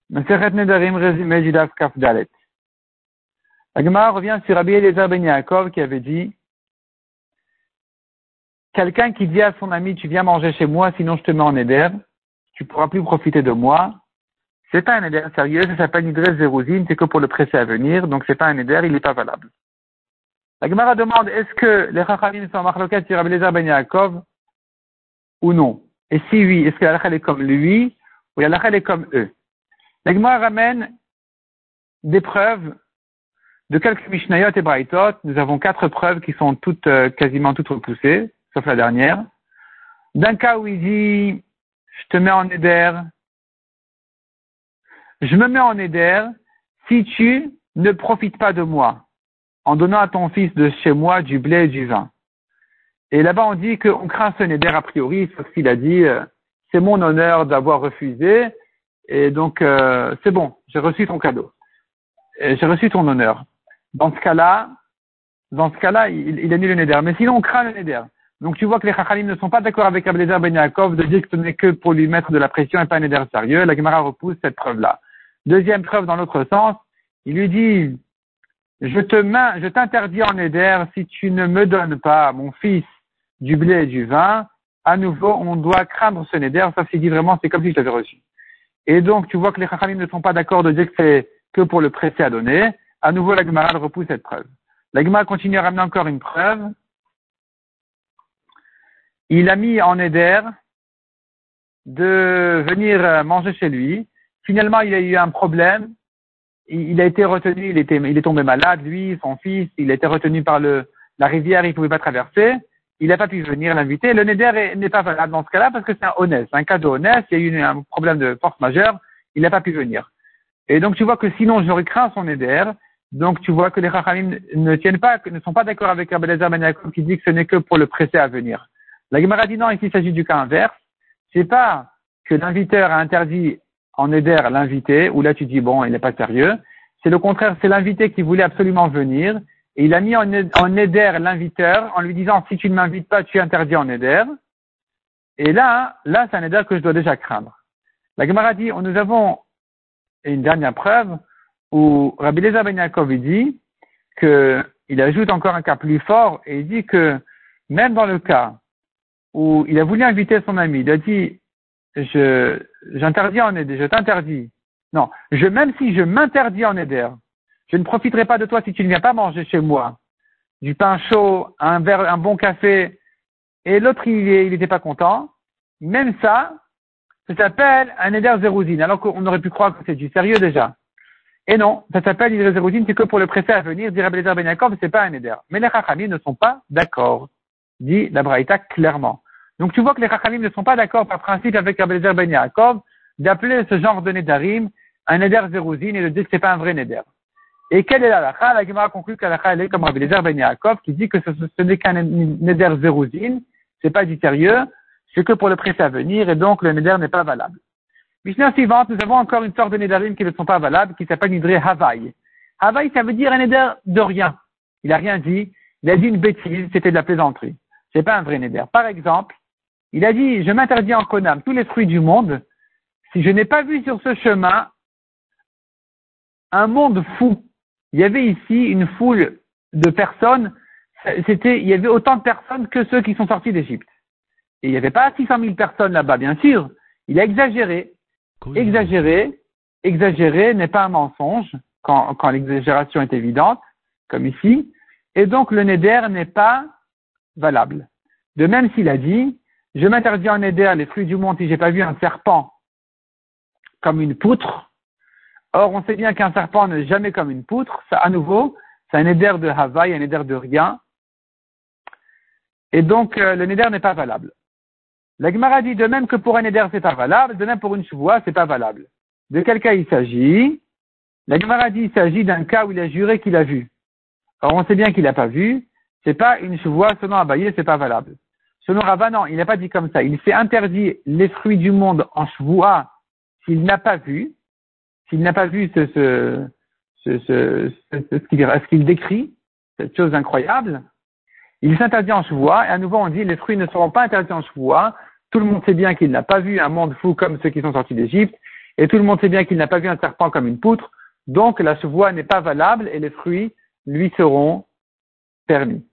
Masechet Nedarim, résumé du Daf Kaf Dalet. La Gemara revient sur Rabbi Eliezer ben Yaakov qui avait dit quelqu'un qui dit à son ami tu viens manger chez moi sinon je te mets en éder, tu pourras plus profiter de moi. C'est pas un éder sérieux, ça s'appelle Nidrez Zeruzin, c'est que pour le presser à venir, donc c'est pas un éder, il n'est pas valable. La Gemara demande est-ce que les Chachamim sont en marloquette sur Rabbi Eliezer ben Yaakov ou non? Et si oui, est-ce que la halakha est comme lui ou la halakha est comme eux? La Gemara ramène des preuves de quelques Mishnayot et Braithot. Nous avons 4 preuves qui sont toutes, quasiment toutes repoussées, sauf la dernière. D'un cas où il dit, je te mets en éder, je me mets en éder si tu ne profites pas de moi, en donnant à ton fils de chez moi du blé et du vin. Et là-bas, on dit qu'on craint ce néder a priori, sauf qu'il a dit, c'est mon honneur d'avoir refusé, et donc, c'est bon, j'ai reçu ton cadeau. Et j'ai reçu ton honneur. Dans ce cas-là, il annule le néder. Mais sinon, on craint le néder. Donc, tu vois que les Chachalim ne sont pas d'accord avec Rabbi Eliezer ben Yaakov de dire que ce n'est que pour lui mettre de la pression et pas un néder sérieux. La Gemara repousse cette preuve-là. Deuxième preuve dans l'autre sens, il lui dit, je t'interdis en néder si tu ne me donnes pas, mon fils, du blé et du vin. À nouveau, on doit craindre ce néder. Ça, c'est dit vraiment, c'est comme si je l'avais reçu. Et donc, tu vois que les Chachamim ne sont pas d'accord de dire que c'est que pour le presser à donner. À nouveau, la Gemara repousse cette preuve. La Gemara continue à ramener encore une preuve. Il a mis en éder de venir manger chez lui. Finalement, il a eu un problème. Il a été retenu, il est tombé malade, lui, son fils. Il a été retenu par la rivière, il ne pouvait pas traverser. Il n'a pas pu venir l'inviter. Le néder n'est pas valable dans ce cas-là parce que c'est un honnête, un cadeau honnête. Il y a eu un problème de force majeure. Il n'a pas pu venir. Et donc, tu vois que sinon, j'aurais craint son néder. Donc, tu vois que les Chachamim ne sont pas d'accord avec Rabbi Eliezer ben Yaakov qui dit que ce n'est que pour le presser à venir. La Gemara dit non, ici, il s'agit du cas inverse. C'est pas que l'inviteur a interdit en éder l'invité, où là, tu dis, bon, il n'est pas sérieux. C'est le contraire, c'est l'invité qui voulait absolument venir. Et il a mis en éder l'inviteur en lui disant, si tu ne m'invites pas, tu es interdit en éder. Et là, c'est un éder que je dois déjà craindre. La Gemara dit, nous avons une dernière preuve où Rabbi Eliezer ben Yaakov dit il ajoute encore un cas plus fort et il dit que même dans le cas où il a voulu inviter son ami, il a dit, j'interdis en éder, je t'interdis. Non, même si je m'interdis en éder, je ne profiterai pas de toi si tu ne viens pas manger chez moi du pain chaud, un bon café, et l'autre il n'était pas content. Même ça s'appelle un éder zérouzine, alors qu'on aurait pu croire que c'est du sérieux déjà. Et non, ça s'appelle éder zérouzine, c'est que pour le presser à venir, dit Rabbi Eliezer ben Yaakov, c'est pas un éder. Mais les Chachamim ne sont pas d'accord, dit la Braïta clairement. Donc tu vois que les Chachamim ne sont pas d'accord par principe avec Rabbi Eliezer ben Yaakov d'appeler ce genre de nédarim un éder zérouzine et de dire que c'est pas un vrai néder. Et quelle est la halakha? La Gemara conclut que la halakha elle est comme Rabbi Eliezer ben Yaakov qui dit que ce n'est qu'un néder zérouzine, c'est pas du sérieux, c'est que pour le presser à venir et donc le néder n'est pas valable. Mishnah suivante, nous avons encore une sorte de nédarim qui ne sont pas valables, qui s'appelle nidré havaï. Havaï, ça veut dire un néder de rien. Il a rien dit, il a dit une bêtise, c'était de la plaisanterie. C'est pas un vrai néder. Par exemple, il a dit, je m'interdis en konam tous les fruits du monde, si je n'ai pas vu sur ce chemin un monde fou. Il y avait ici une foule de personnes, il y avait autant de personnes que ceux qui sont sortis d'Égypte. Et il n'y avait pas 600 000 personnes là-bas, bien sûr. Il a exagéré. Exagérer n'est pas un mensonge quand l'exagération est évidente, comme ici. Et donc le néder n'est pas valable. De même s'il a dit, je m'interdis en éder les fruits du monde si j'ai pas vu un serpent comme une poutre. Or, on sait bien qu'un serpent n'est jamais comme une poutre. Ça, à nouveau, c'est un éder de havaï, un éder de rien. Et donc, le néder n'est pas valable. La Gemara dit de même que pour un éder, c'est pas valable, de même pour une chevoua, c'est pas valable. De quel cas il s'agit? La Gemara dit il s'agit d'un cas où il a juré qu'il a vu. Or, on sait bien qu'il n'a pas vu. C'est pas une chevoua, selon Abaye, c'est pas valable. Selon Rava, non, il n'a pas dit comme ça. Il s'est interdit les fruits du monde en chevoua s'il n'a pas vu. S'il n'a pas vu ce qu'il décrit, cette chose incroyable, il s'interdit en chevoua, et à nouveau on dit les fruits ne seront pas interdits en chevoua. Tout le monde sait bien qu'il n'a pas vu un monde fou comme ceux qui sont sortis d'Égypte. et tout le monde sait bien qu'il n'a pas vu un serpent comme une poutre, donc la chevoie n'est pas valable et les fruits lui seront permis.